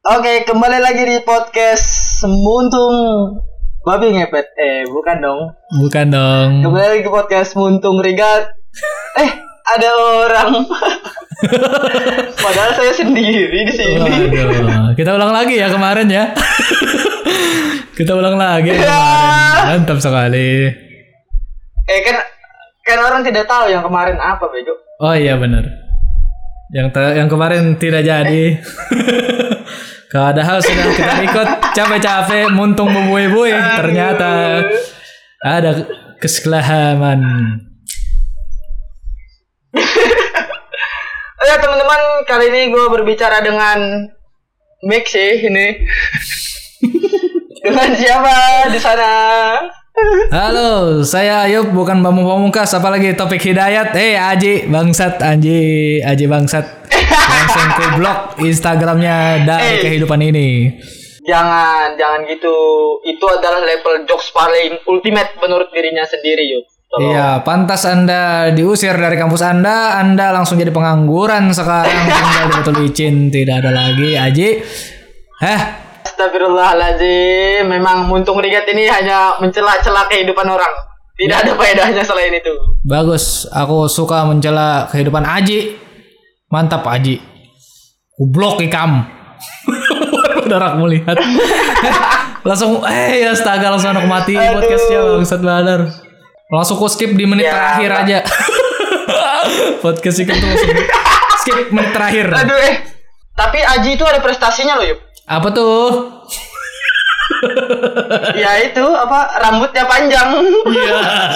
Oke, kembali lagi di podcast Muntung Babi Ngepet. Bukan dong. Bukan dong. Kembali lagi ke podcast Muntung Rigat. Ada orang. Padahal saya sendiri di sini. Waduh. Kita ulang lagi ya kemarin ya. Kita ulang lagi ya kemarin. Mantap sekali. Kan orang tidak tahu yang kemarin apa, Bejo. Oh iya benar. Yang kemarin tidak jadi. Padahal sudah kita ikut capek-capek muntung bubui-bui. Ternyata ada kesalahan. Ya teman-teman, kali ini gue berbicara dengan Mix sih ini. Dengan siapa di sana? Halo, saya Ayub, bukan Bambang Pamungkas. Apalagi topik hidayat. Aji bangsat, Aji bangsat. Langsung ke blog Instagramnya dari kehidupan ini. Jangan gitu. Itu adalah level jokes paling ultimate menurut dirinya sendiri, Yuk. Iya, pantas Anda diusir dari kampus Anda langsung jadi pengangguran sekarang, tinggal di Batu Licin, tidak ada lagi, Aji. Astagfirullahaladzim, memang Muntung Rigat ini hanya mencela-cela kehidupan orang. Tidak ada faedahnya selain itu. Bagus, aku suka mencela kehidupan Aji. Mantap Aji. Kublok ikam. Darak melihat. Langsung astaga, langsung anak mati podcastnya bangsat badar. Langsung ku skip di menit terakhir aja. Podcast ikan tuh langsung skip menit terakhir. Tapi Aji itu ada prestasinya loh, Yuk. Apa tuh? Ya itu rambutnya panjang. Iya.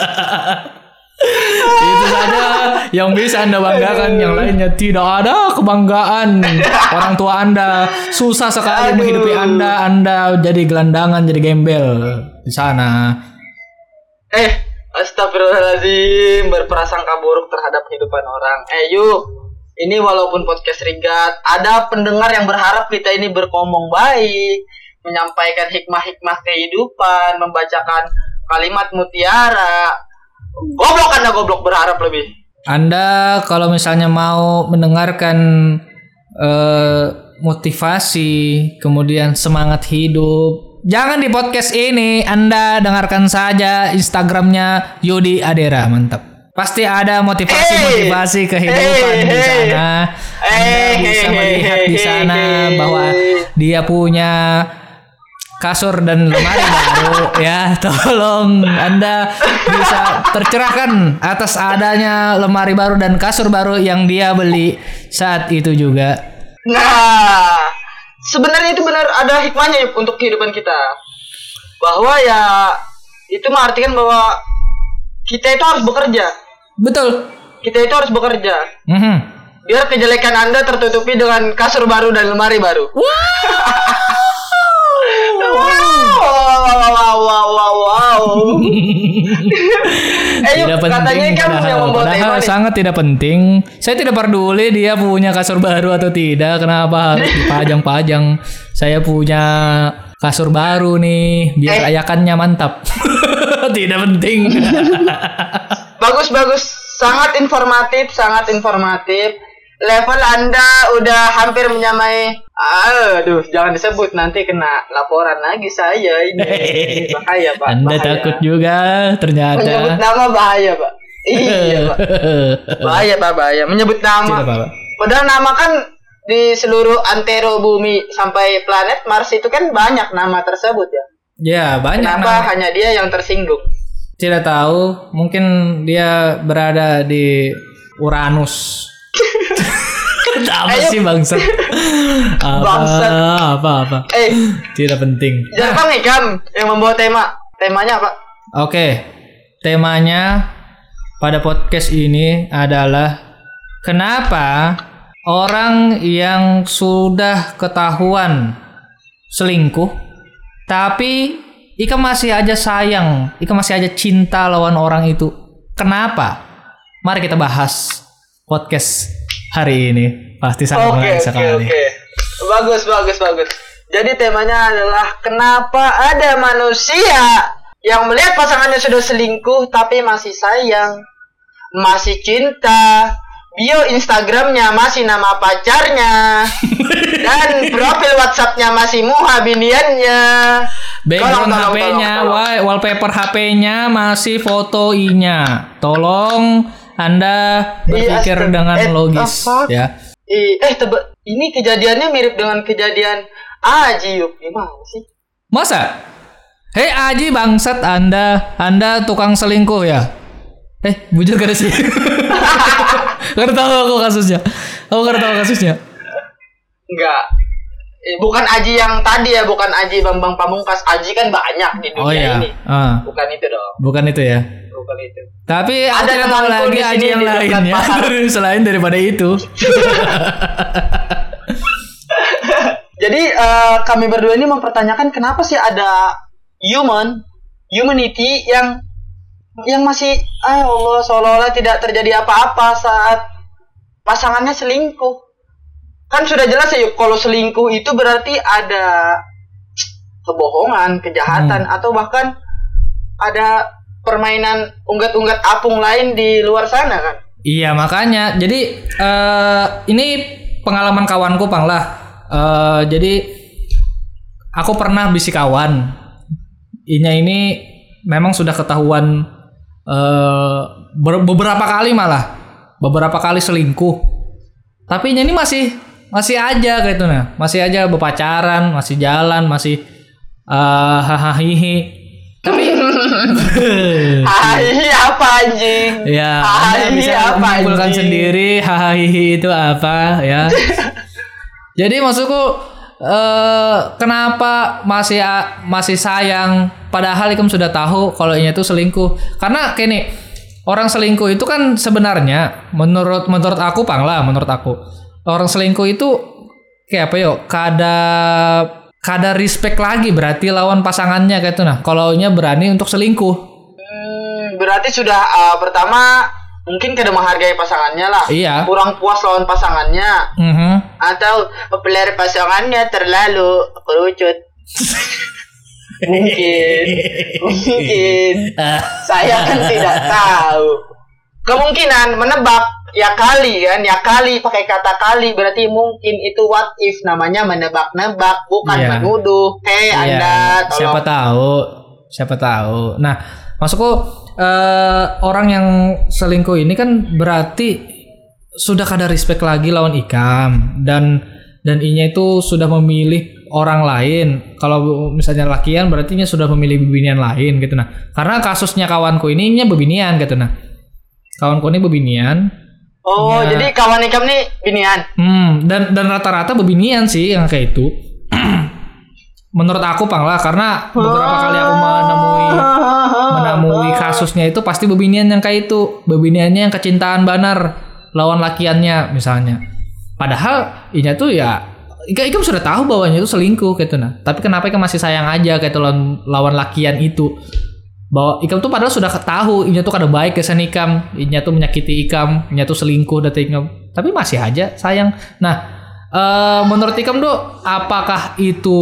Itu saja yang bisa Anda banggakan, yang lainnya tidak ada kebanggaan. Orang tua Anda susah sekali menghidupi Anda jadi gelandangan, jadi gembel di sana. Astagfirullahaladzim, berprasangka buruk terhadap kehidupan orang. Yuk, ini walaupun podcast Rigat, ada pendengar yang berharap kita ini berkomong baik, menyampaikan hikmah-hikmah kehidupan, membacakan kalimat mutiara. Goblok berharap lebih. Anda kalau misalnya mau mendengarkan motivasi, kemudian semangat hidup, jangan di podcast ini, Anda dengarkan saja Instagramnya Yudi Adera, mantap. Pasti ada motivasi kehidupan di sana. Anda bisa melihat di sana bahwa dia punya kasur dan lemari baru ya. Tolong Anda bisa tercerahkan atas adanya lemari baru dan kasur baru yang dia beli saat itu juga. Nah, sebenarnya itu benar ada hikmahnya untuk kehidupan kita. Bahwa ya itu mengartikan bahwa kita itu harus bekerja. Betul. Kita itu harus bekerja. Biar kejelekan Anda tertutupi dengan kasur baru dan lemari baru. Wow. Tidak penting, padahal sangat tidak penting. Saya tidak peduli dia punya kasur baru atau tidak. Kenapa harus dipajang-pajang? Saya punya kasur baru nih, biar ayakannya mantap. Tidak penting. Bagus. Sangat informatif. Level Anda udah hampir menyamai. Jangan disebut, nanti kena laporan lagi saya ini. Bahaya, Pak. Anda bahaya. Takut juga ternyata. Menyebut nama bahaya, Pak. Iya, Pak. Bahaya. Menyebut nama. Tidak, Pak. Padahal nama kan di seluruh antero bumi sampai planet Mars itu kan banyak nama tersebut ya. Ya, banyak. Kenapa hanya dia yang tersinggung? Tidak tahu, mungkin dia berada di Uranus. Apa sih bangsat? Apa? Tidak penting. Jangan ikam yang membawa temanya apa? Oke. Temanya pada podcast ini adalah kenapa orang yang sudah ketahuan selingkuh tapi Ika masih aja sayang, Ika masih aja cinta lawan orang itu. Kenapa? Mari kita bahas podcast hari ini. Pasti sangat menarik sekali. Bagus. Jadi temanya adalah kenapa ada manusia yang melihat pasangannya sudah selingkuh tapi masih sayang, masih cinta, bio Instagramnya masih nama pacarnya dan profil WhatsAppnya masih Muha biniannya. Background HP-nya, wallpaper HP-nya masih foto I-nya. Tolong Anda berpikir dengan logis ya. Ini kejadiannya mirip dengan kejadian Aji yuk. Gimana sih? Masa? Hei Aji bangsat Anda tukang selingkuh ya? Bujur gak ada sih? Gak tahu aku kasusnya. Enggak. Bukan Aji yang tadi ya, bukan Aji Bambang Pamungkas. Aji kan banyak di dunia ini. Bukan itu dong. Bukan itu ya. Bukan itu. Tapi ada yang tahu lagi Aji yang lain ya. Selain daripada itu. Jadi kami berdua ini mempertanyakan kenapa sih ada humanity yang masih Allah seolah-olah tidak terjadi apa-apa saat pasangannya selingkuh. Kan sudah jelas ya yuk, kalau selingkuh itu berarti ada kebohongan, kejahatan atau bahkan ada permainan unggat-unggat apung lain di luar sana kan. Iya makanya. Jadi ini pengalaman kawanku Pang lah. Jadi aku pernah bisi kawan. Inya ini memang sudah ketahuan beberapa kali selingkuh. Tapi ini masih aja kayak itu nah, masih aja berpacaran, masih jalan, masih hahaha. Tapi hahihi apa anjing? Ya, Anda bisa menyimpulkan sendiri hahaha itu apa ya. Jadi maksudku kenapa masih sayang padahal Ikem sudah tahu kalau ini tuh selingkuh. Karena kayak nih, orang selingkuh itu kan sebenarnya menurut aku Pang lah, menurut aku orang selingkuh itu kayak apa yo? Kada respect lagi berarti lawan pasangannya kayak itu nah. Kalau nya berani untuk selingkuh. Berarti sudah pertama mungkin kada menghargai pasangannya lah. Iya. Kurang puas lawan pasangannya. Atau populer pasangannya terlalu kerucut. Mungkin. Saya kan tidak tahu. Kemungkinan menebak ya kali pakai kata kali berarti mungkin itu what if, namanya menebak-nebak bukan menuduh. Anda tolong. Siapa tahu. Nah, maksudku orang yang selingkuh ini kan berarti sudah kada respect lagi lawan Ikam dan inya itu sudah memilih orang lain. Kalau misalnya lakian berarti nya sudah memilih bebinian lain gitu nah. Karena kasusnya kawanku ini nya bebinian gitu nah. Kawanku ini bebinian. Oh, ya. Jadi kawan Ikam nih binian. Dan rata-rata bebinian sih yang kayak itu. Menurut aku Pang lah, karena beberapa kali aku menemui kasusnya itu pasti bebinian yang kayak itu. Bebiniannya yang kecintaan banar lawan lakiannya misalnya. Padahal inya tuh ya Ikam sudah tahu bahwa itu selingkuh gitu nah. Tapi kenapa Ikam masih sayang aja kayak itu lawan lakian itu. Bahwa Ikam tuh padahal sudah tahu inya tuh kada baik kesan Ikam, inya tuh menyakiti Ikam, inya tuh selingkuh dari Ikam. Tapi masih aja sayang. Nah, menurut Ikam tuh apakah itu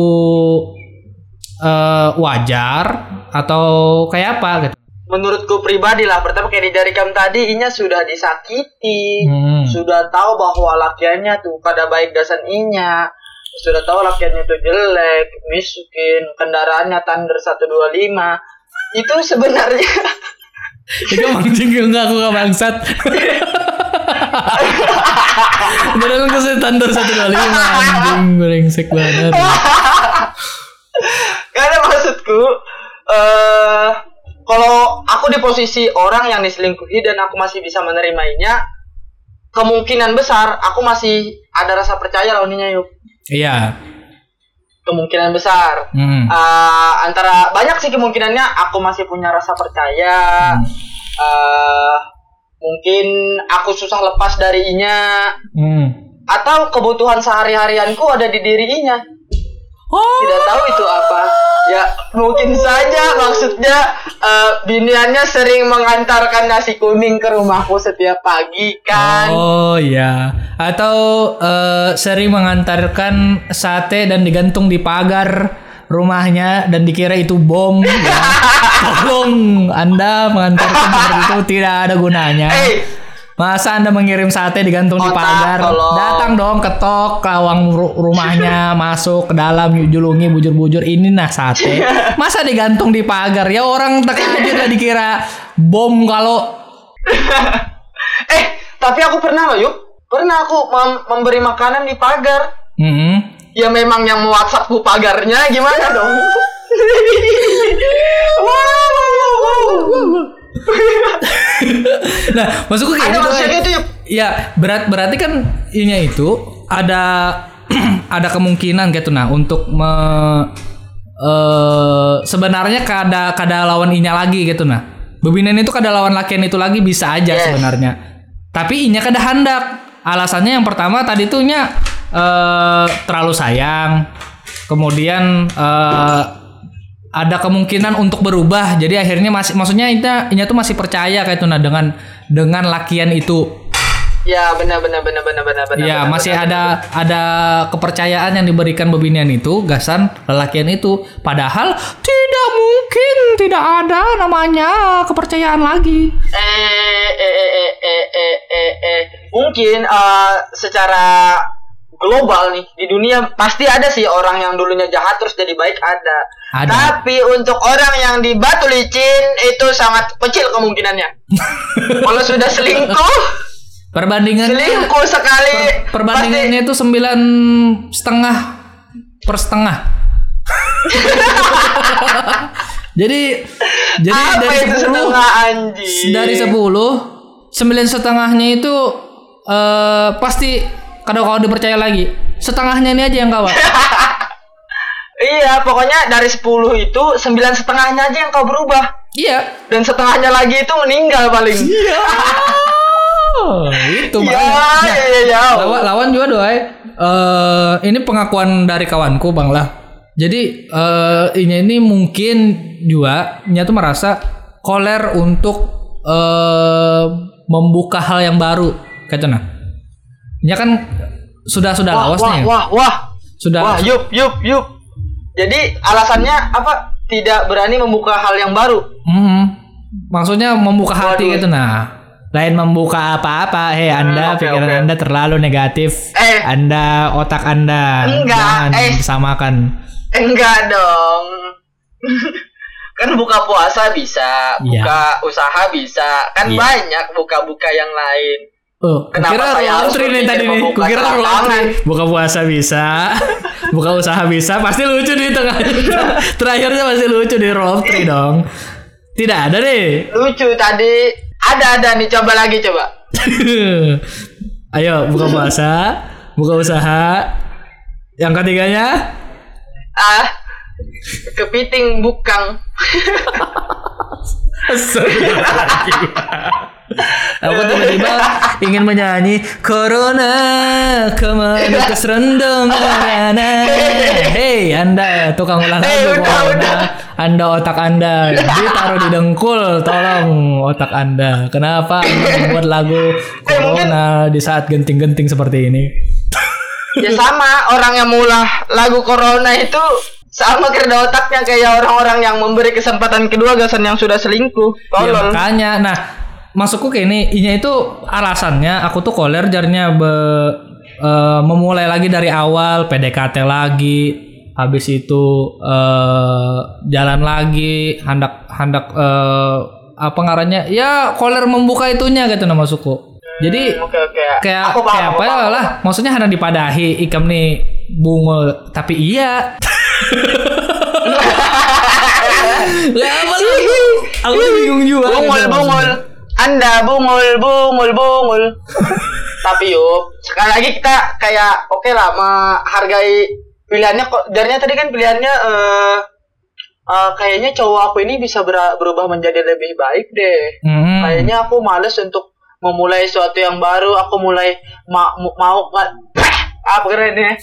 wajar atau kayak apa gitu? Menurutku pribadi lah, pertama kayak dari Ikam tadi inya sudah disakiti, sudah tahu bahwa lakiannya tuh kada baik dasan inya, sudah tahu lakiannya tuh jelek, miskin, kendaraannya Thunder 125. Itu sebenarnya itu mancing enggak aku bangsat. Beneran ke Thunder 125 anjing brengsek banget. Karena maksudku kalau aku di posisi orang yang diselingkuhi dan aku masih bisa menerimanya, kemungkinan besar aku masih ada rasa percaya lawannya yuk. Iya. Kemungkinan besar. Antara banyak sih kemungkinannya aku masih punya rasa percaya. Mungkin aku susah lepas dari inya. Atau kebutuhan sehari-harianku ada di diri inya. Tidak tahu itu apa. Ya mungkin saja maksudnya biniannya sering mengantarkan nasi kuning ke rumahku setiap pagi kan. Oh iya. Atau sering mengantarkan sate dan digantung di pagar rumahnya dan dikira itu bom ya. Tolong Anda mengantarkan seperti itu tidak ada gunanya. Masa Anda mengirim sate digantung di pagar? Datang dong, ketok lawang rumahnya, masuk ke dalam, julungi bujur-bujur, ini nah sate. Masa digantung di pagar? Ya orang terkejut lah dikira bom kalau. Tapi aku pernah loh Yuk. Pernah aku memberi makanan di pagar. Ya memang yang me-WhatsAppku pagarnya gimana dong? Nah, maksudku kayak gitu ya. Ya, berarti kan ini itu ada ada kemungkinan gitu nah untuk sebenarnya kada lawan inya lagi gitu nah. Bebinan itu kada lawan lakian itu lagi bisa aja sebenarnya. Tapi inya kada hendak. Alasannya yang pertama tadi tuh nya terlalu sayang. Kemudian ada kemungkinan untuk berubah. Jadi akhirnya maksudnya inya tuh masih percaya kayak itu nah dengan lakian itu. Ya benar. Ya masih ada kepercayaan yang diberikan bebinian itu, gasan lelakian itu. Padahal tidak mungkin tidak ada namanya kepercayaan lagi. Mungkin secara global nih di dunia pasti ada sih orang yang dulunya jahat terus jadi baik ada. Tapi untuk orang yang di batu licin itu sangat kecil kemungkinannya. Kalau sudah selingkuh, perbandingannya selingkuh sekali. Perbandingannya itu 9,5 per setengah. jadi apa dari 10 dari 10 9,5-nya itu pasti kalau dipercaya lagi. Setengahnya ini aja yang kawat. Iya, pokoknya dari 10 itu 9,5-nya aja yang kau berubah. Iya. Dan setengahnya lagi itu meninggal paling. Iya. Itu makanya. Lawan juga doai. Ini pengakuan dari kawanku Bang lah. Jadi ini mungkin juga nya tuh merasa koler untuk membuka hal yang baru kayak nah. Nya kan sudah lawas nih. Sudah. Yup. Jadi alasannya apa? Tidak berani membuka hal yang baru. Maksudnya membuka hati gitu nah. Lain membuka apa-apa. Anda pikiran Anda terlalu negatif. Anda otak Anda jangan disamakan. Enggak dong. Kan buka puasa bisa, buka usaha bisa. Kan banyak buka-buka yang lain. Kenapa saya harus nih tadi nih? Kukira buka puasa bisa, buka usaha bisa, pasti lucu di tengah. Terakhirnya pasti lucu di roll 3 dong. Tidak ada deh. Lucu tadi. Ada nih, coba lagi coba. Ayo buka puasa, buka usaha. Yang ketiganya? Kepiting bukang. Aku tiba-tiba ingin menyanyi Corona kemana keserendam marana. Hei Anda tukang ulang lagu Corona, Anda otak Anda ditaruh di dengkul, tolong otak Anda. Kenapa Anda membuat lagu Corona di saat genting-genting seperti ini? Ya sama, orang yang mengulah lagu Corona itu sama kerja otaknya kayak orang-orang yang memberi kesempatan kedua gasan yang sudah selingkuh. Ya, makanya, nah maksudku kayak ini, inya itu alasannya aku tuh koler jarnya memulai lagi dari awal, PDKT lagi, habis itu jalan lagi, hendak apa ngarannya? Ya koler membuka itunya gitu nama suku. Jadi kayak apa lah? Maksudnya hendak dipadahi ikam nih bungul, tapi iya. Apa lagi? Aku bingung juga. Bungul. Anda bungul. Tapi yuk, sekali lagi kita kayak oke lah menghargai pilihannya. Kok darinya tadi kan pilihannya kayaknya cowok aku ini bisa berubah menjadi lebih baik deh. Kayaknya aku males untuk memulai sesuatu yang baru. Aku mulai mau apa kerennya?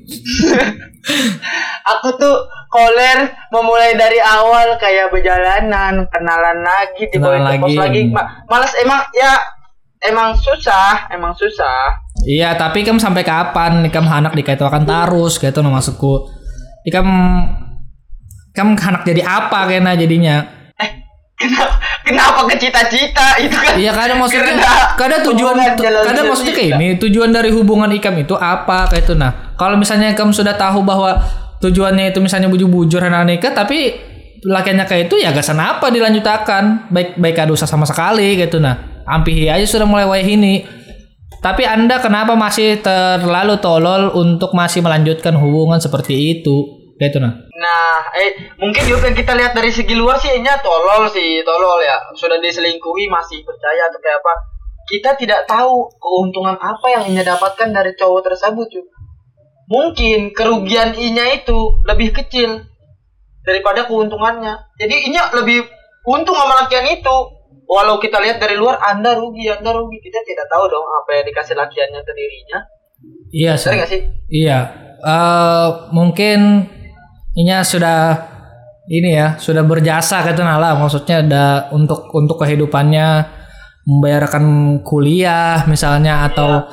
Aku tuh koler memulai dari awal kayak berjalanan, kenalan lagi, dibawa ke pos lagi. Malas emang susah. Iya, tapi kamu sampai kapan ikam hanak dikaitkan terus gitu no maksudku. Ikam hanak jadi apa kena jadinya? kenapa ke cita-cita itu kan? Iya, kadang maksudnya kadang maksudnya kayak ini, tujuan dari hubungan Ikam itu apa kayak itu. Nah, kalau misalnya Ikam sudah tahu bahwa tujuannya itu misalnya bujur-bujur anak nikah, tapi lakiannya kayak itu ya gak kenapa dilanjutkan, baik ada usah sama sekali gitu. Nah, ampihi aja sudah mulai wayah ini. Tapi Anda kenapa masih terlalu tolol untuk masih melanjutkan hubungan seperti itu? Kayak itu nah. Mungkin juga yang kita lihat dari segi luar sih nya tolol ya. Sudah diselingkuhi masih percaya atau kayak apa. Kita tidak tahu keuntungan apa yang Inya dapatkan dari cowok tersebut juga. Mungkin kerugian Inya itu lebih kecil daripada keuntungannya. Jadi Inya lebih untung sama lakian itu. Walau kita lihat dari luar Anda rugi. Kita tidak tahu dong apa yang dikasih lakiannya ke dirinya. Iya sih. Gak sih? Iya. Mungkin Inya sudah ini ya, sudah berjasa gitu lah. Maksudnya ada untuk kehidupannya, membayarkan kuliah misalnya atau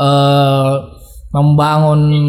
membangun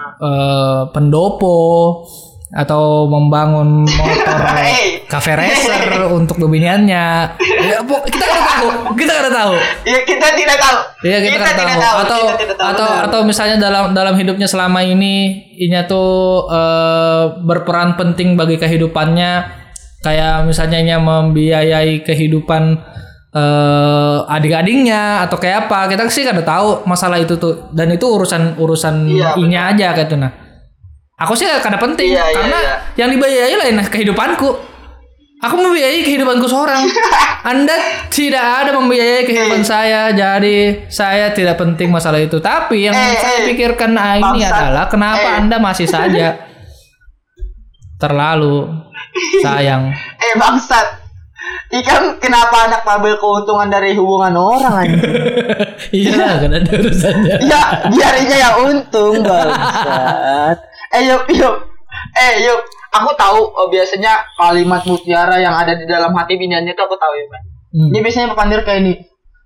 pendopo atau membangun motor cafe racer untuk bebiniannya. Ya, kita nggak tahu. Ya, kita tidak tahu. Iya, kita tidak tahu. Atau misalnya dalam hidupnya selama ini Inya tuh berperan penting bagi kehidupannya, kayak misalnya Inya membiayai kehidupan adik-adiknya atau kayak apa. Kita sih kada tahu masalah itu tuh, dan itu urusan Inya aja kayak itu. Nah, aku sih kada penting karena yang dibiayai lain kehidupanku. Aku membiayai kehidupanku seorang. Anda tidak ada membiayai kehidupan saya, jadi saya tidak penting masalah itu. Tapi yang saya pikirkan ini adalah kenapa Anda masih saja terlalu sayang. Bangsat. Ikan kenapa anak ngambil keuntungan dari hubungan orang aja? Iya, kan ada urusannya. Ya, biarinya yang untung, bangsat. Yuk. Aku tahu biasanya kalimat mutiara yang ada di dalam hati biniannya itu aku tahu ya, Mas. Ini biasanya papandir kayak ini.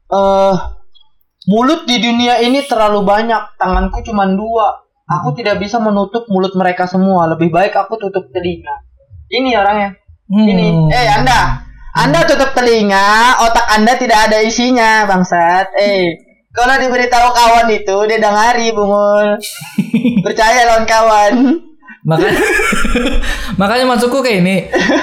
Mulut di dunia ini terlalu banyak, tanganku cuma 2. Aku tidak bisa menutup mulut mereka semua. Lebih baik aku tutup telinga. Ini orangnya. Ini. Anda tutup telinga, otak Anda tidak ada isinya, bangsat. Kalau diberitahu kawan itu, dia dengari, bungul. Percaya lawan kawan. Makanya maksudku kayak ini.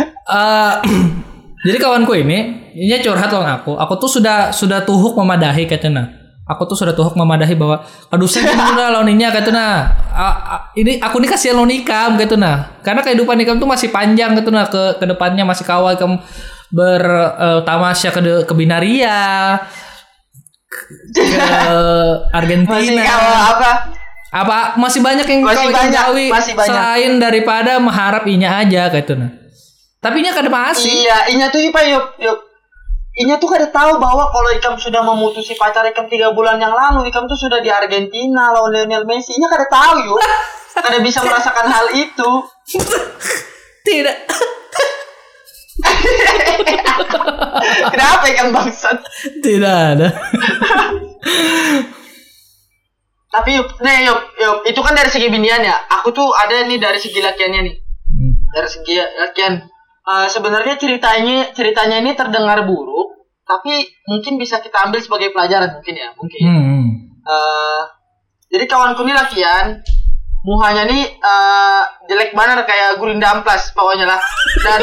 Jadi kawanku ini curhat lawan aku. Aku tuh sudah tuhuk memadahi katanya. Aku tuh sudah tuhuk memadahi bahwa aduh saya gimana lawan Inya katanya. Ini aku nih kasihan lawan Ikam katanya. Karena kehidupan Ikam tuh masih panjang katanya, ke depannya masih kawal Ikam bertamasya ke Binaria, ke Argentina. Masih kawal apa masih banyak yang kau ketahui selain daripada mengharap Inya aja kayak itu nah. Tapi Inya kada masih. Iya, Inya tuh yuk. Inya tuh kada tahu bahwa kalau Ikam sudah memutusi pacar Ikam 3 bulan yang lalu, Ikam tuh sudah di Argentina lawan Lionel Messi. Inya kada tahu yuk. Kada bisa merasakan hal itu. Tidak. Kenapa Ikam bangsat? Tidak ada. Tapi yuk, itu kan dari segi binian ya. Aku tuh ada nih dari segi lakiannya nih. Dari segi lakian, sebenarnya ceritanya ini terdengar buruk, tapi mungkin bisa kita ambil sebagai pelajaran mungkin. Jadi kawanku nih lakian, muhanya nih jelek banget kayak Gurinda Amplas pokoknya lah. Dan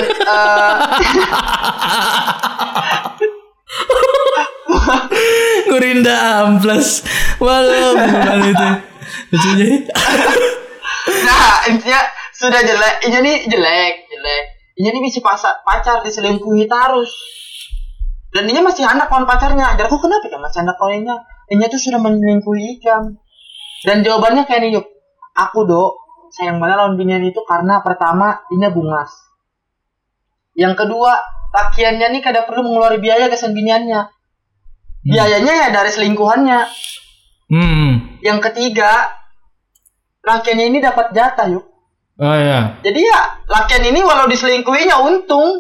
Gurinda Amplas. Walau bukan itu. Lucunya. Nah, intinya sudah jelek. Inya nih jelek. Inya nih bisa pacar diselingkuhi terus. Dan Inya masih anak kawan pacarnya. Ajarku kenapa ya masih anak kawan Inya? Inya tuh sudah menyelingkuhi Ikam. Dan jawabannya kayak nih, yuk. Aku sayang banget lawan binian itu karena pertama Inya bungas. Yang kedua, lakiannya nih kada perlu mengeluarkan biaya ke biniannya. Biayanya ya dari selingkuhannya. Yang ketiga, lakiannya ini dapat jatah yuk. Oh iya. Jadi ya lakian ini walau diselingkuhinya untung.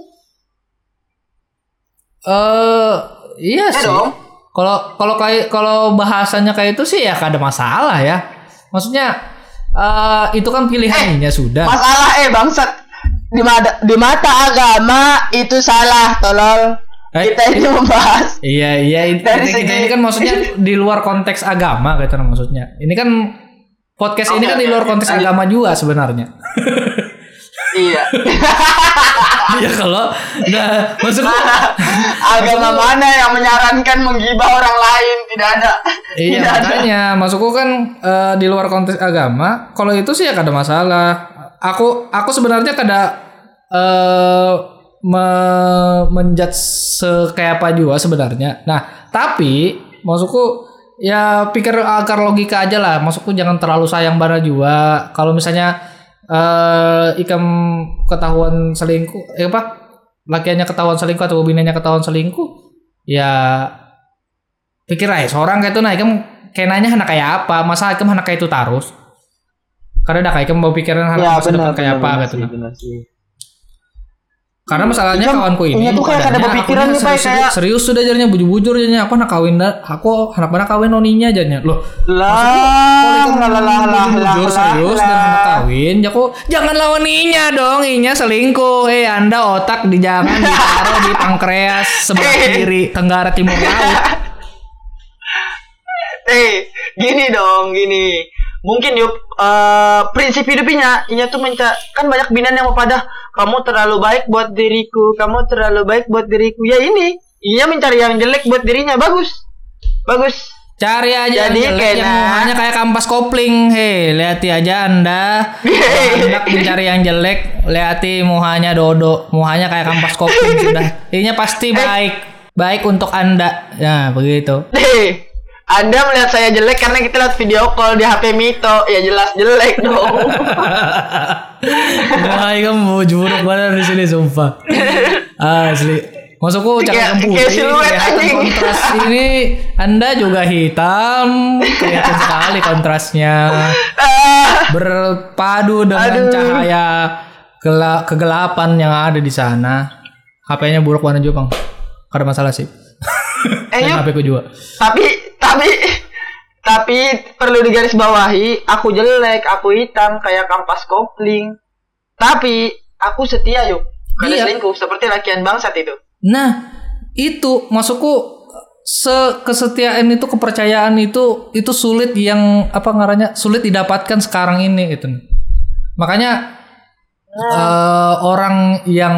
Iya sih. Dong. Kalau bahasanya kayak itu sih ya kada masalah ya. Maksudnya itu kan pilihannya sudah. Masalah bangsat. Di mata agama itu salah, tolol. Kita ini membahas. Iya. Kita ini kan maksudnya di luar konteks agama gitu maksudnya. Ini kan podcast ini kan di luar konteks agama juga sebenarnya. Iya. Iya kalau maksudku agama mana yang menyarankan menggibah orang lain? Tidak ada. Iya makanya maksudku kan di luar konteks agama. Kalau itu sih ya kada masalah. Aku sebenarnya kada menjudge kayak apa juga sebenarnya. Nah, tapi maksudku ya pikir akar logika aja lah. Maksudku jangan terlalu sayang bara juga. Kalau misalnya ikam ketahuan selingkuh, lakiannya ketahuan selingkuh atau bininya ketahuan selingkuh, ya pikir aja seorang kayak itu nah ikam kenanya anak kayak apa? Masa ikam anak kayak itu terus? Karena dah kayak ikam mau pikiran anak masa depan kayak apa gitu nah. Karena masalahnya kawanku ini tuh kayak ada berpikiran nih kayak serius sudah jadinya bujur-bujur jadinya aku anak kawin anak kawin noninya jadinya loh lah bujur serius dan anak kawin aku jangan lawan inya dong inya selingkuh Anda otak jangan ditaruh di pankreas sebelah kiri tenggara timur laut gini mungkin yuk prinsip hidupnya inya tuh kan banyak binan yang mau pada kamu terlalu baik buat diriku ya ini inya mencari yang jelek buat dirinya bagus cari aja jadi yang jelek yang muhanya kayak kampas kopling lihati aja Anda mencari yang jelek lihati muhanya dodo muhanya kayak kampas kopling sudah inya pasti baik untuk Anda ya begitu. Anda melihat saya jelek karena kita lihat video call di HP Mito. Ya jelas jelek dong. Wah, kamu buruk banget di sini sumpah. Asli. Maksudku cakap putih kelihatan kontras ini Anda juga hitam kelihatan sekali kontrasnya berpadu dengan cahaya kegelapan yang ada di sana. HP-nya buruk banget juga Bang. Ada masalah sih. HP ku juga. Tapi perlu digarisbawahi, aku jelek, aku hitam kayak kampas kopling. Tapi aku setia yuk. Kada selingkuh seperti lakian bangsat itu. Nah, itu maksudku kesetiaan itu kepercayaan itu sulit yang sulit didapatkan sekarang ini gitu. Makanya orang yang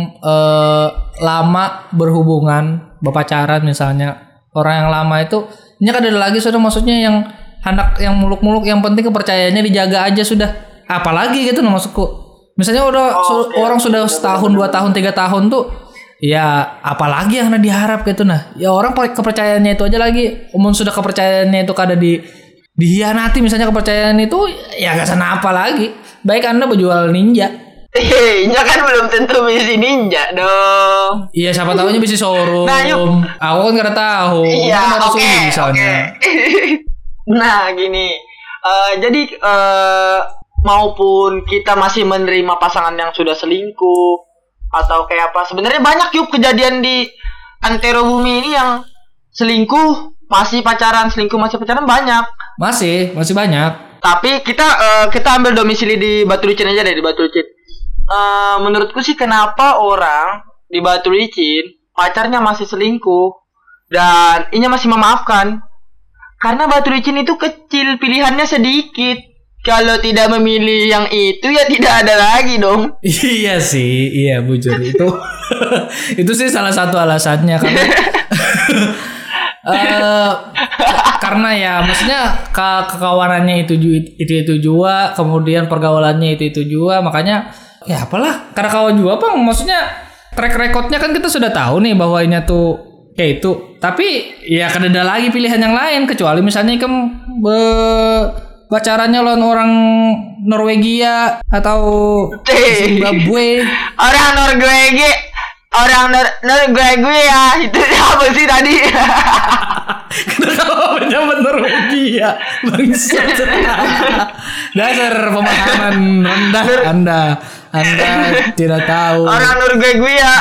lama berhubungan, berpacaran misalnya, orang yang lama itu ini kan ada lagi sudah maksudnya yang anak yang muluk-muluk yang penting kepercayaannya dijaga aja sudah. Apalagi gitu maksudku. Misalnya orang sudah setahun, 2 tahun, 3 tahun tuh ya apalagi yang diharap gitu nah. Ya orang kepercayaannya itu aja lagi. Sudah kepercayaannya itu kada dihianati misalnya kepercayaan itu ya gak sana apa lagi. Baik Anda berjual ninja. Ninja kan belum tentu bisa ninja dong. Iya siapa tahunya bisa showroom. Nah, aku kan gak tahu. Iya oke. Misalnya. Nah gini. Jadi maupun kita masih menerima pasangan yang sudah selingkuh atau kayak apa. Sebenarnya banyak yuk kejadian di antero bumi ini yang selingkuh masih pacaran banyak. Masih banyak. Tapi kita ambil domisili di Batu Licin aja deh, di Batu Licin. Menurutku sih kenapa orang di Batu Licin pacarnya masih selingkuh dan inya masih memaafkan? Karena Batu Licin itu kecil, pilihannya sedikit. Kalau tidak memilih yang itu ya tidak ada lagi dong. Iya sih, iya bujur itu. Itu sih salah satu alasannya karena karena ya maksudnya kekawanannya itu juga, kemudian pergaulannya itu juga, makanya ya apalah karena kawan juga Bang, maksudnya track recordnya kan kita sudah tahu nih bahwa ini tuh kayak itu, tapi ya kan ada lagi pilihan yang lain kecuali misalnya pacarannya lawan orang Norwegia atau Zimbabwe. Orang Norwegia itu apa sih tadi? Kenapa menyebut Norwegia? Bangsat. Dasar pemahaman rendah Anda tidak tahu. Orang Norwegia.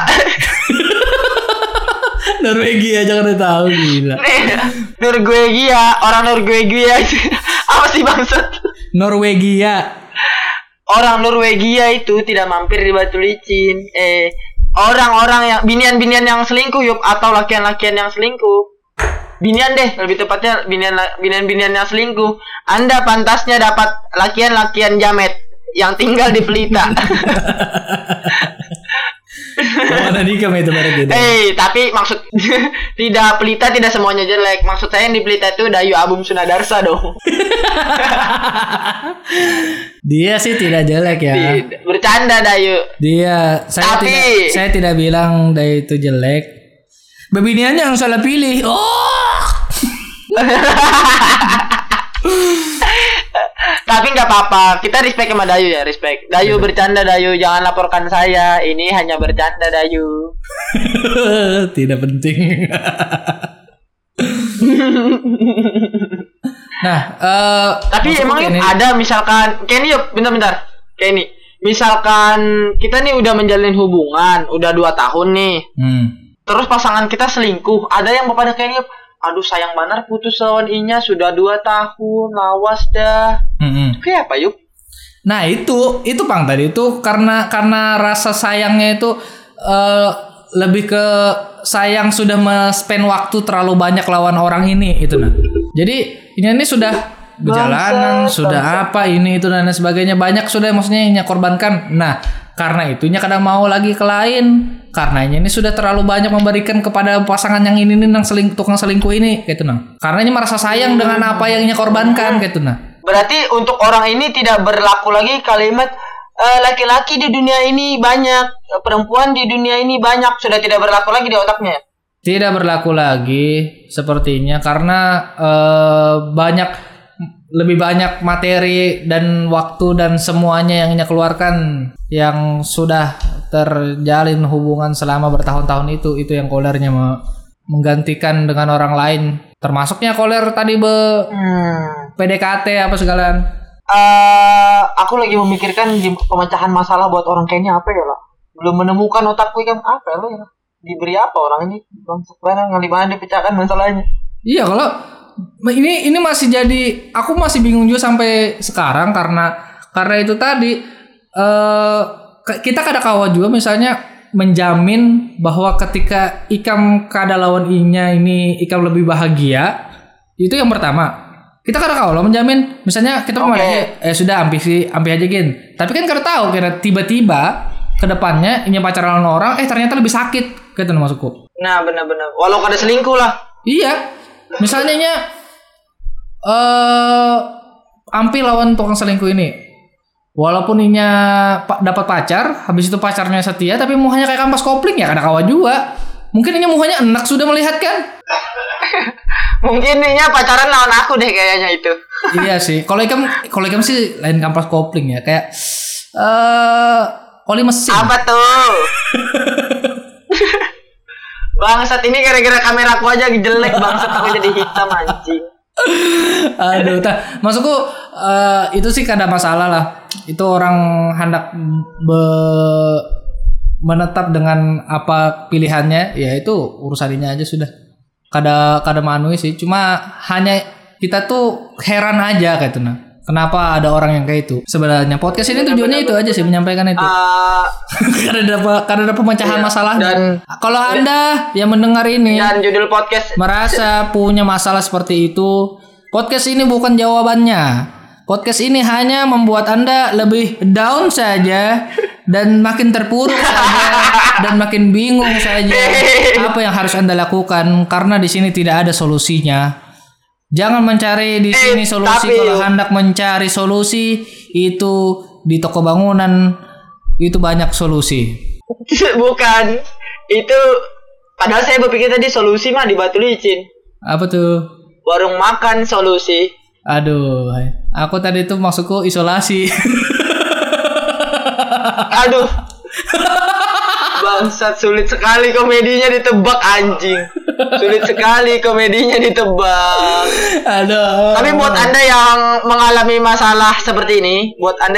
Norwegia jangan tahu gila. Orang Norwegia itu apa sih bangsat? Norwegia. Orang Norwegia itu tidak mampir di Batu Licin. orang-orang yang binian-binian yang selingkuh yuk, atau lakian-lakian yang selingkuh. Binian deh, lebih tepatnya binian-binian yang selingkuh. Anda pantasnya dapat lakian-lakian jamet yang tinggal di Pelita. Mana nikam itu merek gitu. Tapi maksud tidak, Pelita tidak semuanya jelek. Maksud saya yang di Pelita itu Dayu Abum Sunadarsa dong. Dia sih tidak jelek ya. Bercanda Dayu. Dia saya tidak bilang Dayu itu jelek. Bebiniannya yang salah pilih. Tapi nggak apa-apa, kita respect sama Dayu ya, respect. Dayu bercanda Dayu, jangan laporkan saya. Ini hanya bercanda Dayu. Tidak penting. Nah, tapi emang ada misalkan Kenny, yuk bentar. Kenny, misalkan kita nih udah menjalin hubungan, udah 2 tahun nih. Terus pasangan kita selingkuh, ada yang pada Kenny, aduh sayang benar putus lawan inya sudah 2 tahun, lawas dah. Kayak apa yuk? Nah itu Pang tadi itu karena rasa sayangnya itu lebih ke sayang sudah spend waktu terlalu banyak lawan orang ini itu nah. Jadi ini sudah berjalanan, sudah apa ini itu dan sebagainya, banyak sudah maksudnya yang korbankan. Nah karena itunya kadang mau lagi ke lain. Karenanya ini sudah terlalu banyak memberikan kepada pasangan yang ini yang tukang selingkuh ini gitu nah. Karena ini merasa sayang dengan apa yang ia korbankan gitu nah. Berarti untuk orang ini tidak berlaku lagi kalimat laki-laki di dunia ini banyak, perempuan di dunia ini banyak, sudah tidak berlaku lagi di otaknya. Tidak berlaku lagi sepertinya karena lebih banyak materi dan waktu dan semuanya yang ia keluarkan yang sudah terjalin hubungan selama bertahun-tahun itu yang kolernya menggantikan dengan orang lain, termasuknya koler tadi PDKT apa segalaan. Aku lagi memikirkan pemecahan masalah buat orang kayaknya apa ya lah, belum menemukan otakku kan apa ya, diberi apa orang ini sebenarnya ngaliman dipecahkan masalahnya. Iya, kalau ini masih jadi, aku masih bingung juga sampai sekarang karena itu tadi kita kada kawa juga misalnya menjamin bahwa ketika ikam kada lawan inya ini ikam lebih bahagia, itu yang pertama. Kita kada kawa lo menjamin misalnya kita sudah ampi aja gin. Tapi kan kada tahu kira tiba-tiba ke depannya inya pacaran orang ternyata lebih sakit gitu maksudku. Nah, benar-benar. Walau kada selingkuh lah. Iya. Misalnya nya ampi lawan tukang selingkuh ini. Walaupun inya dapat pacar, habis itu pacarnya setia tapi muhanya kayak kampas kopling ya kada kawan juga. Mungkin inya muhanya enak sudah melihat kan? Mungkin inya pacaran lawan aku deh kayaknya itu. Iya sih. Kalau ikam sih lain kampas kopling ya, kayak oli mesin. Apa tuh? Bangsat, ini gara-gara kameraku aja jelek bangsat, aku jadi hitam anjing. Aduh, maksudku itu sih kada masalah lah. Itu orang hendak menetap dengan apa pilihannya, ya itu urusannya aja sudah. Kada manui sih, cuma hanya kita tuh heran aja kayak itu nah. Kenapa ada orang yang kayak itu? Sebenarnya podcast ini tujuannya itu aja sih, menyampaikan itu. Karena ada pemecahan masalah. Dan kalau Anda yang mendengar ini dan judul podcast merasa punya masalah seperti itu, podcast ini bukan jawabannya. Podcast ini hanya membuat Anda lebih down saja dan makin terpuruk saja dan makin bingung saja apa yang harus Anda lakukan, karena di sini tidak ada solusinya. Jangan mencari di sini solusi. Kalau hendak mencari solusi itu di toko bangunan itu banyak solusi. Bukan. Itu padahal saya berpikir tadi solusi mah di Batu Licin. Apa tuh? Warung makan solusi. Aduh, aku tadi tuh maksudku isolasi. Aduh. Bangsat, sulit sekali komedinya ditebak anjing. Sulit sekali komedinya ditebak. Aduh. Tapi buat Anda yang mengalami masalah seperti ini,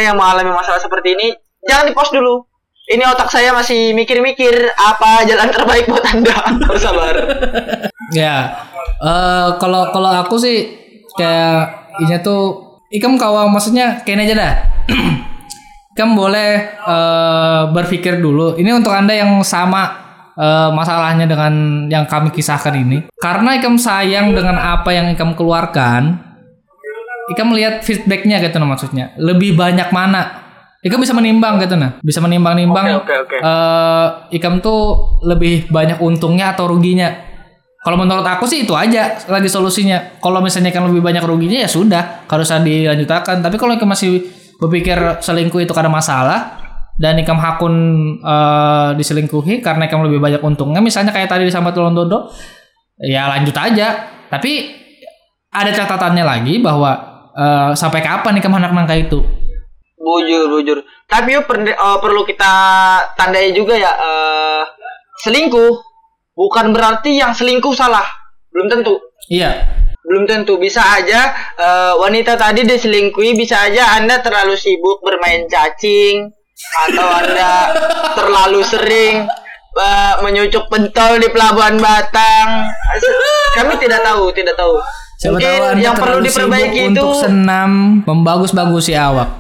jangan di-post dulu. Ini otak saya masih mikir-mikir apa jalan terbaik buat Anda. Harus sabar. Ya. Kalau aku sih kayak ini tuh ikam kawa maksudnya kayaknya aja dah. Ikam boleh berpikir dulu. Ini untuk Anda yang sama masalahnya dengan yang kami kisahkan ini. Karena Ikam sayang dengan apa yang Ikam keluarkan, Ikam melihat feedbacknya gitu nah, maksudnya. Lebih banyak mana? Ikam bisa menimbang gitu nah. Bisa menimbang-nimbang. Oke. Ikam tuh lebih banyak untungnya atau ruginya. Kalau menurut aku sih itu aja lagi solusinya. Kalau misalnya Ikam lebih banyak ruginya ya sudah, harus dilanjutkan. Tapi kalau Ikam masih berpikir selingkuh itu karena masalah dan Ikam hakun diselingkuhi karena Ikam lebih banyak untungnya, misalnya kayak tadi sama Tulung Dodo, ya lanjut aja. Tapi ada catatannya lagi bahwa sampai kapan Ikam anak-anak itu. Bujur. Tapi perlu kita tandai juga ya, selingkuh bukan berarti yang selingkuh salah. Belum tentu. Iya. Belum tentu, bisa aja wanita tadi diselingkuhi, bisa aja Anda terlalu sibuk bermain cacing atau Anda terlalu sering menyucuk pentol di pelabuhan Batang. Kami tidak tahu. Siapa Mungkin tahu Anda yang perlu diperbaiki itu untuk senam membagus-bagusi awak.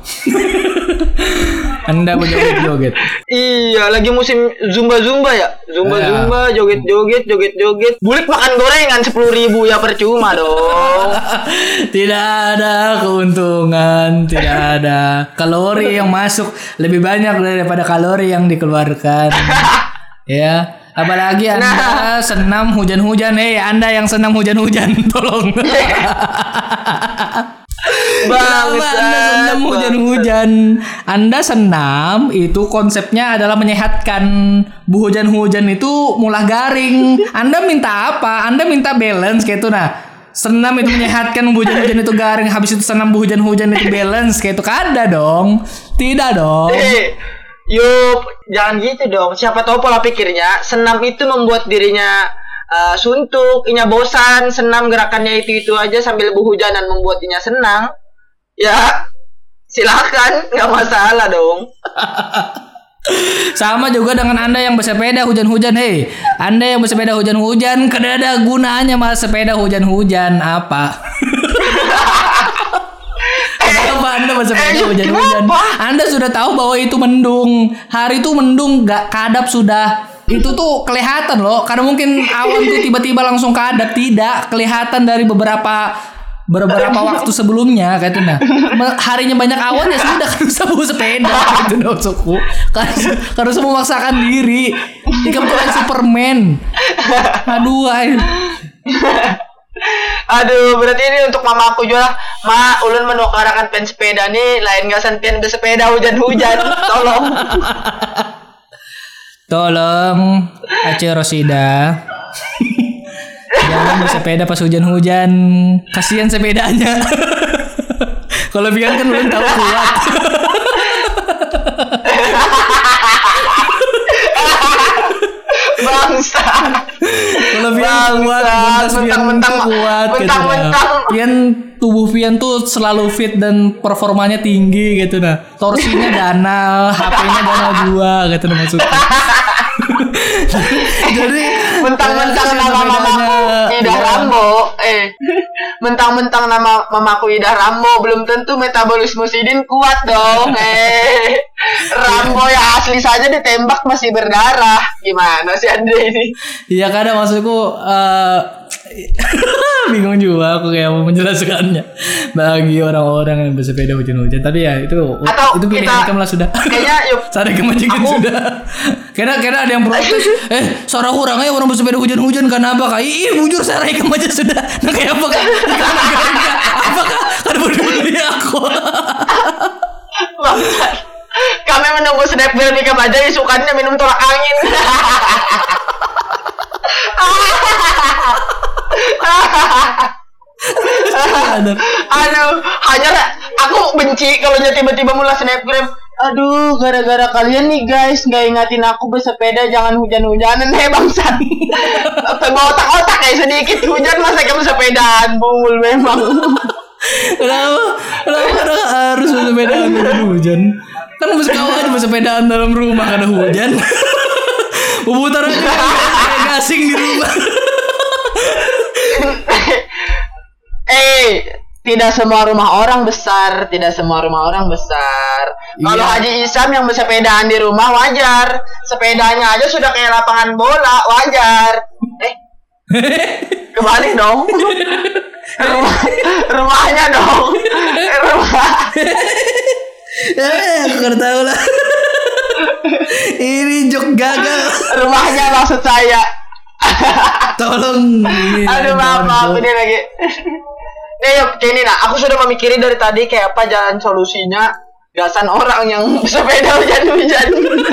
Anda berjoget-joget. Iya, lagi musim zumba ya. Zumba, joget-joget. Bulik makan gorengan 10.000 ya, percuma dong. Tidak ada keuntungan, tidak ada kalori yang masuk lebih banyak daripada kalori yang dikeluarkan. Ya, apalagi Anda senam hujan-hujan. Anda yang senam hujan-hujan, tolong. Kenapa Anda senam hujan-hujan? Anda senam itu konsepnya adalah menyehatkan. Bu hujan-hujan itu mulah garing. Anda minta apa? Anda minta balance kayak itu nah. Senam itu menyehatkan, bu hujan-hujan itu garing. Habis itu senam bu hujan-hujan itu balance kayak itu. Kada dong. Tidak dong. Yuk, jangan gitu dong. Siapa tahu pola pikirnya senam itu membuat dirinya suntuk, inya bosan, senam gerakannya itu aja sambil hujanan membuat inya senang. Ya, silakan, nggak masalah dong. Sama juga dengan Anda yang bersepeda hujan-hujan. Anda yang bersepeda hujan-hujan, kada ada gunanya malah sepeda hujan-hujan apa? Kenapa Anda bersepeda hujan-hujan? Anda sudah tahu bahwa itu mendung. Hari itu mendung, gak kadap sudah. Itu tuh kelihatan loh. Karena mungkin awan tuh tiba-tiba langsung kadap. Tidak, kelihatan dari beberapa waktu sebelumnya kayak itu nah. Harinya banyak awan ya sudah kan usah bawa sepeda gitu dong suku. Karena semua memaksakan diri. Ikam tuh Superman. Aduh, berarti ini untuk mama aku juga. Ma, ulun menukarakan pen sepeda nih, lain gak santian bersepeda hujan-hujan. Tolong Aceh Rosida. Jangan bersepeda pas hujan-hujan. Kasihan sepedanya. Kalau Bian kan belum tahu kuat. Bangsa. Kalau Bian kuat, mentang-mentang Bian tubuh Bian tuh selalu fit dan performanya tinggi gitu nah. Torsinya ganal, HP-nya ganal 2 gitu nah maksudnya. Jadi mentang-mentang nama mamaku Ida Rambo, mentang-mentang nama mamaku Ida Rambo, belum tentu metabolisme Sidin kuat dong. Rambo ya asli saja ditembak masih berdarah. Gimana sih Anda ini? Iya kadang maksudku bingung juga aku kayak mau menjelaskannya bagi orang-orang yang bersepeda hujan-hujan. Tapi ya itu pilihan kamu lah sudah. Kayaknya yuk. Saya kemajuin sudah. Kira-kira ada yang protes. Suara kurangnya orang bersepeda hujan-hujan karena apa? Kayak bujur saya rekam aja sudah. Nah kayak apa kan? Apakah kan peduli aku? Kami menunggu snapgram Ikam aja isukannya minum tolak angin. Aduh, hanya aku benci kalau tiba-tiba mulai snapgram. Aduh, gara-gara kalian nih guys nggak ingatin aku bersepeda jangan hujan-hujanan bangsat. Bawa otak-otak kayak sedikit hujan masa kamu sepedaan bungul memang. Kenapa harus bersepedaan hujan? Kan kau aja bersepedaan dalam rumah karena hujan. Putar aja kayak gasing di rumah. tidak semua rumah orang besar, tidak semua rumah orang besar. Kalau Iya. Haji Isam yang bersepedaan di rumah wajar, sepedanya aja sudah kayak lapangan bola, wajar. Kebalik dong. Rumahnya dong. Rumah. Aku kan tahu lah. Ini jok gagal. Rumahnya maksud saya. Tolong. Aduh maaf ini lagi. Nih yuk, kayak ini aku sudah memikirin dari tadi kayak apa jalan solusinya. Gasan orang yang sepeda hujan-hujan.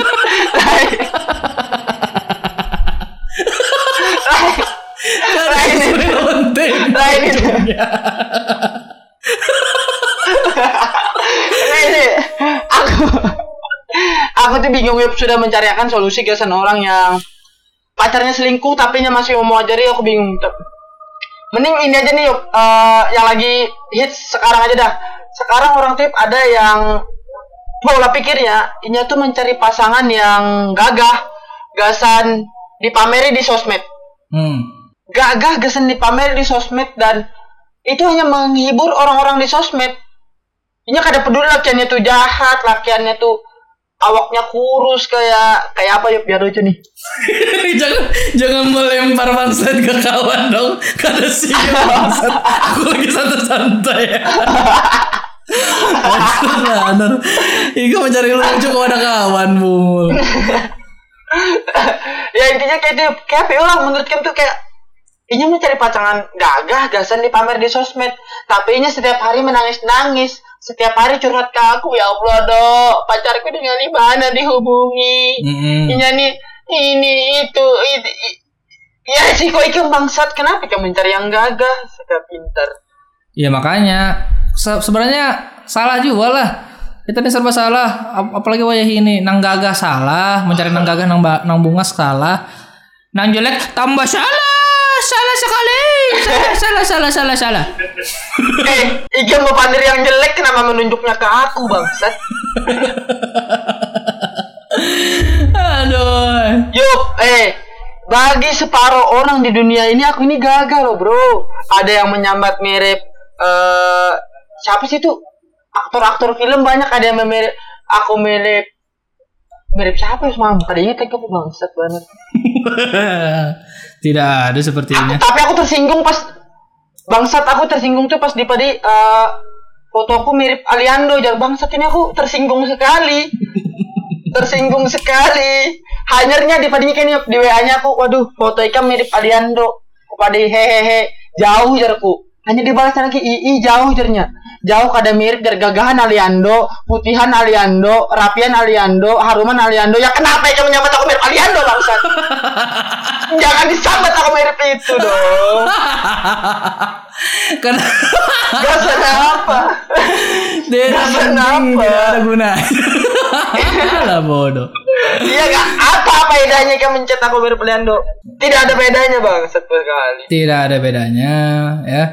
Lain itu. Ini aku tuh bingung Yup, sudah mencarikan solusi gasan orang yang pacarnya selingkuh tapi masih mau ajari. Aku bingung. Mending ini aja nih Yup, yang lagi hits sekarang aja dah. Sekarang orang tuh ada yang pola pikirnya ini tuh mencari pasangan yang gagah, gasan dipameri di sosmed. Gagah gasan dipameri di sosmed dan itu hanya menghibur orang-orang di sosmed. Ini kada peduli lakiannya tuh jahat, lakiannya tuh awaknya kurus kayak apa Yup, biar lucu nih. jangan melempar bangsat ke kawan dong. Kada sih bangsat. Aku lagi santai-santai. Benar. Iku mencari lucu kepada kawanmu. Ya intinya kayak itu kayak apa lah menurut kamu tuh kayak ini mencari pasangan gagah gasan dipamer di sosmed, tapi ini setiap hari menangis-nangis, setiap hari curhat ke aku, ya Allah dok, pacarku dengan mana dihubungi, ini itu. Ya sih kok ikan bangsat, kenapa kamu mencari yang gagah, sudah pintar. Ya makanya sebenarnya salah juga lah. Kita ini serba salah, apalagi wayah ini nang gagah salah, mencari nang gagah nang bungas salah, nang jelek tambah salah sekali, salah. Ikan mau pandir yang jelek kenapa menunjuknya ke aku bangsat? Aduh. Yuk, bagi separuh orang di dunia ini aku ini gagal loh bro. Ada yang menyambat mirip siapa sih tuh? Aktor-aktor film banyak ada yang mirip. Aku mirip siapa ya semam? Tadinya aku bangsat banget. Tidak ada sepertinya. Tapi aku tersinggung pas bangsat, aku tersinggung tuh pas foto aku mirip Aliando. Jangan bangsat, ini aku tersinggung sekali. Hanyarnya di WA-nya aku, waduh, foto ikan mirip Aliando. Pada hehehe, jauh jarku. Hanya dibalas lagi jauh jarnya. Jauh kada mirip dari gagahan Aliando, putihan Aliando, rapian Aliando, haruman Aliando. Ya kenapa ikan menyambat aku mirip Aliando bangsat? Jangan disambat aku mirip itu dong. Gak kenapa? Tidak ada gunanya. Lah bodoh. Iya gak? Apa bedanya kan mencet aku mirip Aliando? Tidak ada bedanya bangsat sekali. Tidak ada bedanya ya.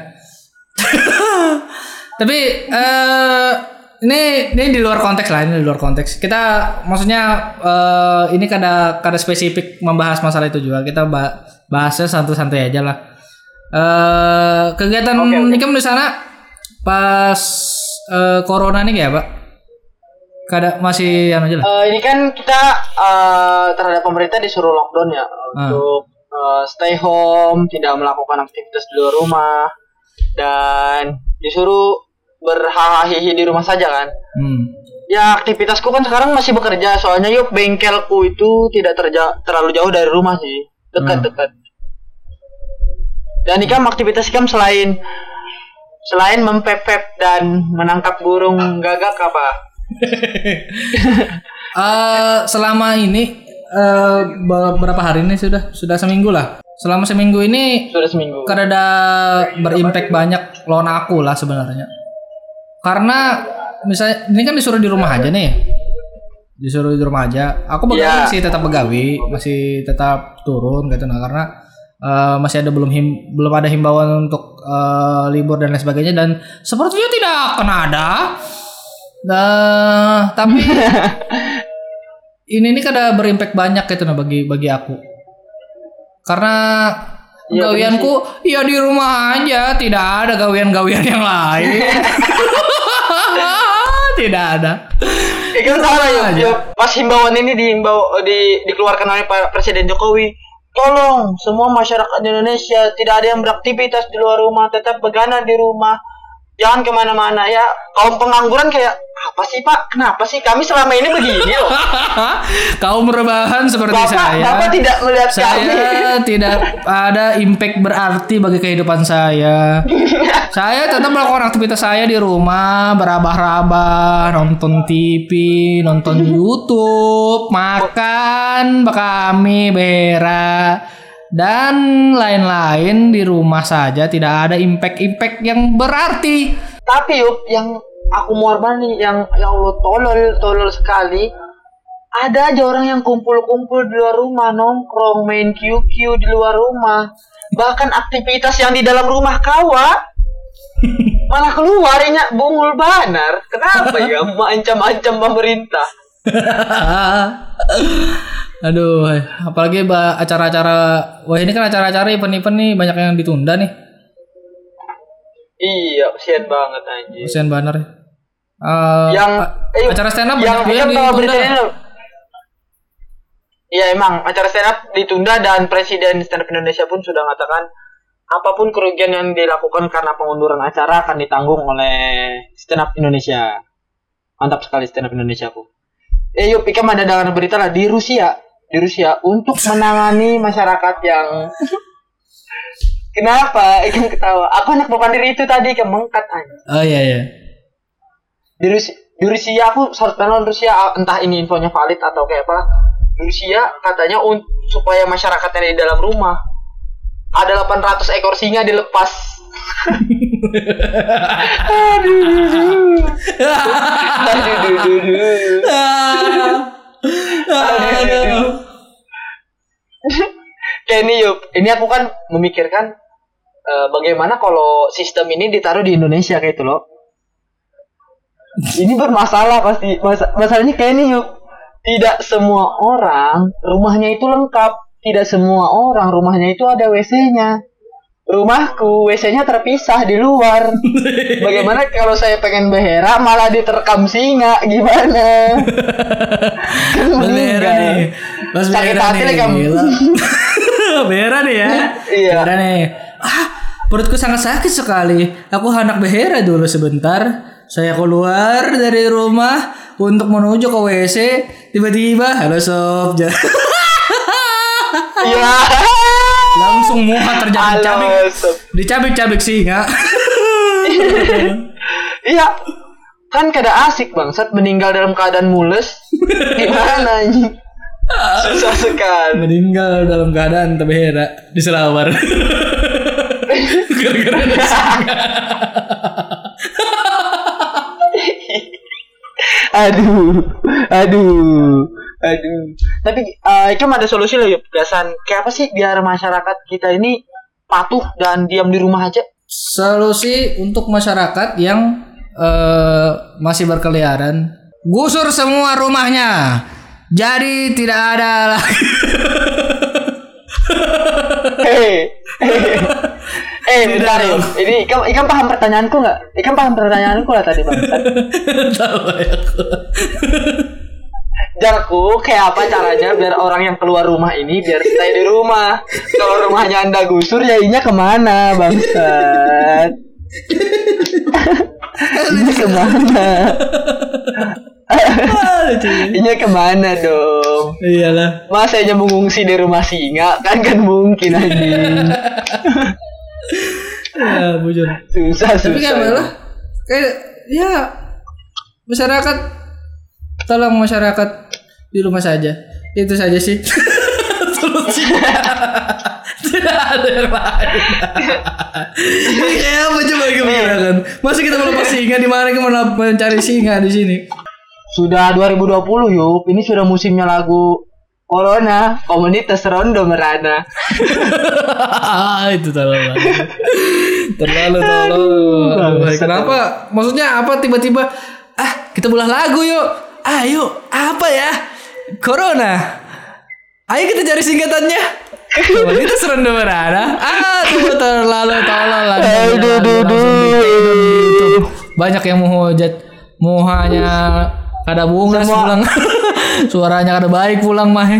Tapi ini di luar konteks lah, ini di luar konteks. Kita maksudnya ini kada spesifik membahas masalah itu juga. Kita bahasnya santai-santai aja lah. Kegiatan ini kan di sana pas corona nih kayak Pak? Kada masih aja lah. Ini kan kita terhadap pemerintah disuruh lockdown ya untuk stay home, tidak melakukan aktivitas di luar rumah dan disuruh berhahaha di rumah saja kan. Ya aktivitasku kan sekarang masih bekerja, soalnya yuk bengkelku itu tidak terlalu jauh dari rumah sih, dekat. Dan ikam aktivitas ikam selain mempepet dan menangkap burung gagak apa? Selama ini berapa hari ini sudah seminggu lah. Selama seminggu ini sudah seminggu. Kada berimpact banyak lawan aku lah sebenarnya. Karena misalnya ini kan disuruh di rumah aja nih. Disuruh di rumah aja. Aku masih tetap begawi, masih tetap turun gitu nah karena masih ada belum ada himbauan untuk libur dan lain sebagainya dan sepertinya tidak akan ada. Tapi ini kada berimpact banyak gitu nah bagi aku. Karena Iya, Gawianku ya di rumah aja, tidak ada gawian-gawian yang lain. Tidak ada. Kan salah ya. Pas himbauan ini dikeluarkan oleh Pak Presiden Jokowi. Tolong semua masyarakat Indonesia tidak ada yang beraktivitas di luar rumah, tetap begadang di rumah. Jangan kemana-mana ya. Kaum pengangguran kayak apa sih Pak? Kenapa sih kami selama ini begini loh? Kaum rebahan seperti saya. Bapak tidak melihat saya kami. tidak ada impact berarti bagi kehidupan saya. Saya tetap melakukan aktivitas saya di rumah, berabah-rabah, nonton TV, nonton YouTube, makan, bakami, bera, dan lain-lain di rumah saja. Tidak ada impact-impact yang berarti. Tapi Yup, yang aku mau nih, yang ya Allah tolol sekali. Ada aja orang yang kumpul-kumpul di luar rumah, nongkrong, main QQ di luar rumah. Bahkan aktivitas yang di dalam rumah kawa malah keluarnya bungul banar. Kenapa ya mengancam-ancam pemerintah? Aduh, apalagi acara-acara. Wah, ini kan acara-acara event-event nih banyak yang ditunda nih. Iya, kasihan banget anjir. Kasihan banget. Acara stand up yang ditunda. Iya emang acara stand up ditunda dan Presiden Stand Up Indonesia pun sudah mengatakan apapun kerugian yang dilakukan karena pengunduran acara akan ditanggung oleh Stand Up Indonesia. Mantap sekali Stand Up Indonesia aku. Yuk, Ikam ada dengan berita lah di Rusia untuk menangani masyarakat yang kenapa? Ikam ketawa. Aku anak bukan diri itu tadi Ikam mengkat aja. Oh iya. Di Rusia aku harus kenal Rusia, entah ini infonya valid atau kayak apa. Rusia katanya supaya masyarakatnya di dalam rumah ada 800 ekor singa dilepas. Kayak ini Yup, ini aku kan memikirkan bagaimana kalau sistem ini ditaruh di Indonesia kayak itu loh. Ini bermasalah pasti. Masalahnya kayak ini Yup. Tidak semua orang rumahnya itu lengkap. Tidak semua orang rumahnya itu ada WC-nya. Rumahku WC-nya terpisah di luar. Bagaimana kalau saya pengen behera malah diterkam singa? Gimana? Behera nih. Mas sakit hati nih kamu. Behera nih ya. Iya. Behera nih. Perutku sangat sakit sekali. Aku hendak behera dulu sebentar. Saya keluar dari rumah untuk menuju ke WC. Tiba-tiba, halo sob. Iya. Langsung muka tercabik-cabik. Dicabik-cabik singa. Iya. Kan kada asik bangsat meninggal dalam keadaan mules. Gimana anjing? Susah sekali. Meninggal dalam keadaan terbehera di selawar. Gara-gara ada singa. Aduh. Tapi itu ada solusi loh Yup. Gasan kayak apa sih biar masyarakat kita ini patuh dan diam di rumah aja? Solusi untuk masyarakat yang masih berkeliaran, gusur semua rumahnya. Jadi tidak ada lagi. Bentar Yup. Ini Ikam paham pertanyaanku nggak? Ikam paham pertanyaanku lah tadi bang. Tahu ya. Jarku kayak apa caranya biar orang yang keluar rumah ini biar stay di rumah. Kalau rumahnya Anda gusur ya inya kemana bangsat? Inya kemana? Inya kemana dong? Iyalah. Masa aja mengungsi di rumah singa kan mungkin anjing. Ya bujur. Susah. Tapi kan malah kayak ya masyarakat, tolong masyarakat di rumah saja. Itu saja sih. Tidak ada yang lain. Ya apa coba gimana? Masa kita melepas singa di mana kita mencari singa di sini? Sudah 2020 Yup. Ini sudah musimnya lagu Corona, komunitas rondo merana. Itu terlalu. Kenapa? Maksudnya apa tiba-tiba kita belah lagu yuk. Ayo, apa ya? Corona. Ayo kita cari singkatannya. Itu serendah berada. Tuh terlalu tolol lah. Banyak yang mau hujat, muhanya kada bunga pulang. Suaranya kada baik pulang mah.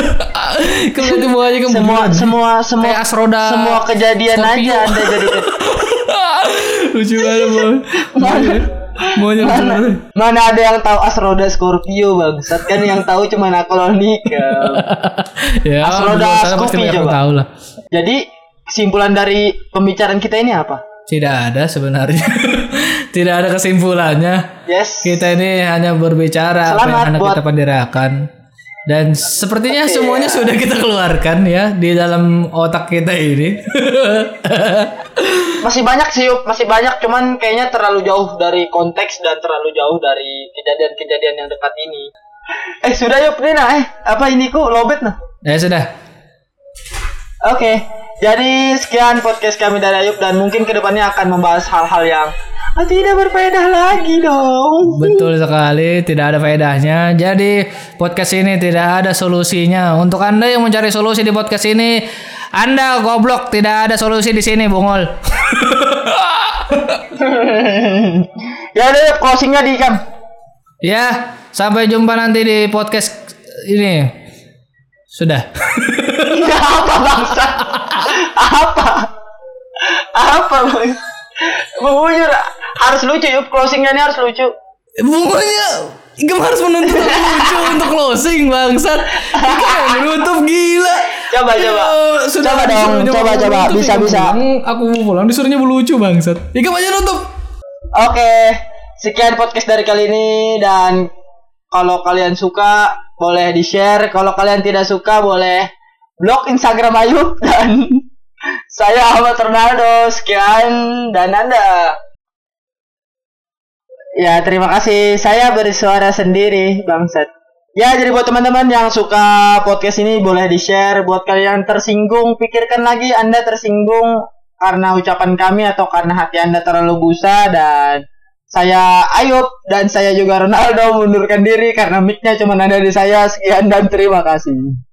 Semua kayak Asroda. Semua kejadian Scorpio. Aja Anda jadi lucu banget. Maunya lucu banget. Mana ada yang tahu Asroda Scorpio bangsat kan yang tahu cuma Akolonika. Ya, Asroda Scorpio coba. Tahu lah. Jadi kesimpulan dari pembicaraan kita ini apa? Tidak ada sebenarnya. Tidak ada kesimpulannya. Yes. Kita ini hanya berbicara apa yang anak kita pandirakan. Dan sepertinya semuanya sudah kita keluarkan ya di dalam otak kita ini. Masih banyak sih, masih banyak, cuman kayaknya terlalu jauh dari konteks dan terlalu jauh dari kejadian-kejadian yang dekat ini. Sudah yuk nih nah, apa ini ku lobet nah? Ya sudah. Oke, jadi sekian podcast kami dari Ayub dan mungkin kedepannya akan membahas hal-hal yang tidak berfaedah lagi dong. Betul sekali, tidak ada faedahnya. Jadi podcast ini tidak ada solusinya. Untuk Anda yang mencari solusi di podcast ini, Anda goblok, tidak ada solusi di sini, bungol. Ya udah, closingnya di Kam. Ya, sampai jumpa nanti di podcast ini. Sudah. Apa bangsa? Apa bang? Bungulnya harus lucu yuk, closingnya ini harus lucu. Pokoknya Igam harus menuntut lucu untuk closing bangsat. Igam menutup gila. Coba. Sudah Coba. Bisa. Aku mau pulang disuruhnya lucu bangsat. Igam aja nutup. Oke, sekian podcast dari kali ini dan kalau kalian suka boleh di-share, kalau kalian tidak suka boleh blog Instagram Ayub dan saya Ahmad Ronaldo. Sekian dan Anda. Ya, terima kasih. Saya bersuara sendiri, bangsat. Ya, jadi buat teman-teman yang suka podcast ini boleh di-share. Buat kalian tersinggung, pikirkan lagi Anda tersinggung karena ucapan kami atau karena hati Anda terlalu busa. Dan saya Ayub dan saya juga Ronaldo mundurkan diri karena mic-nya cuma ada di saya. Sekian dan terima kasih.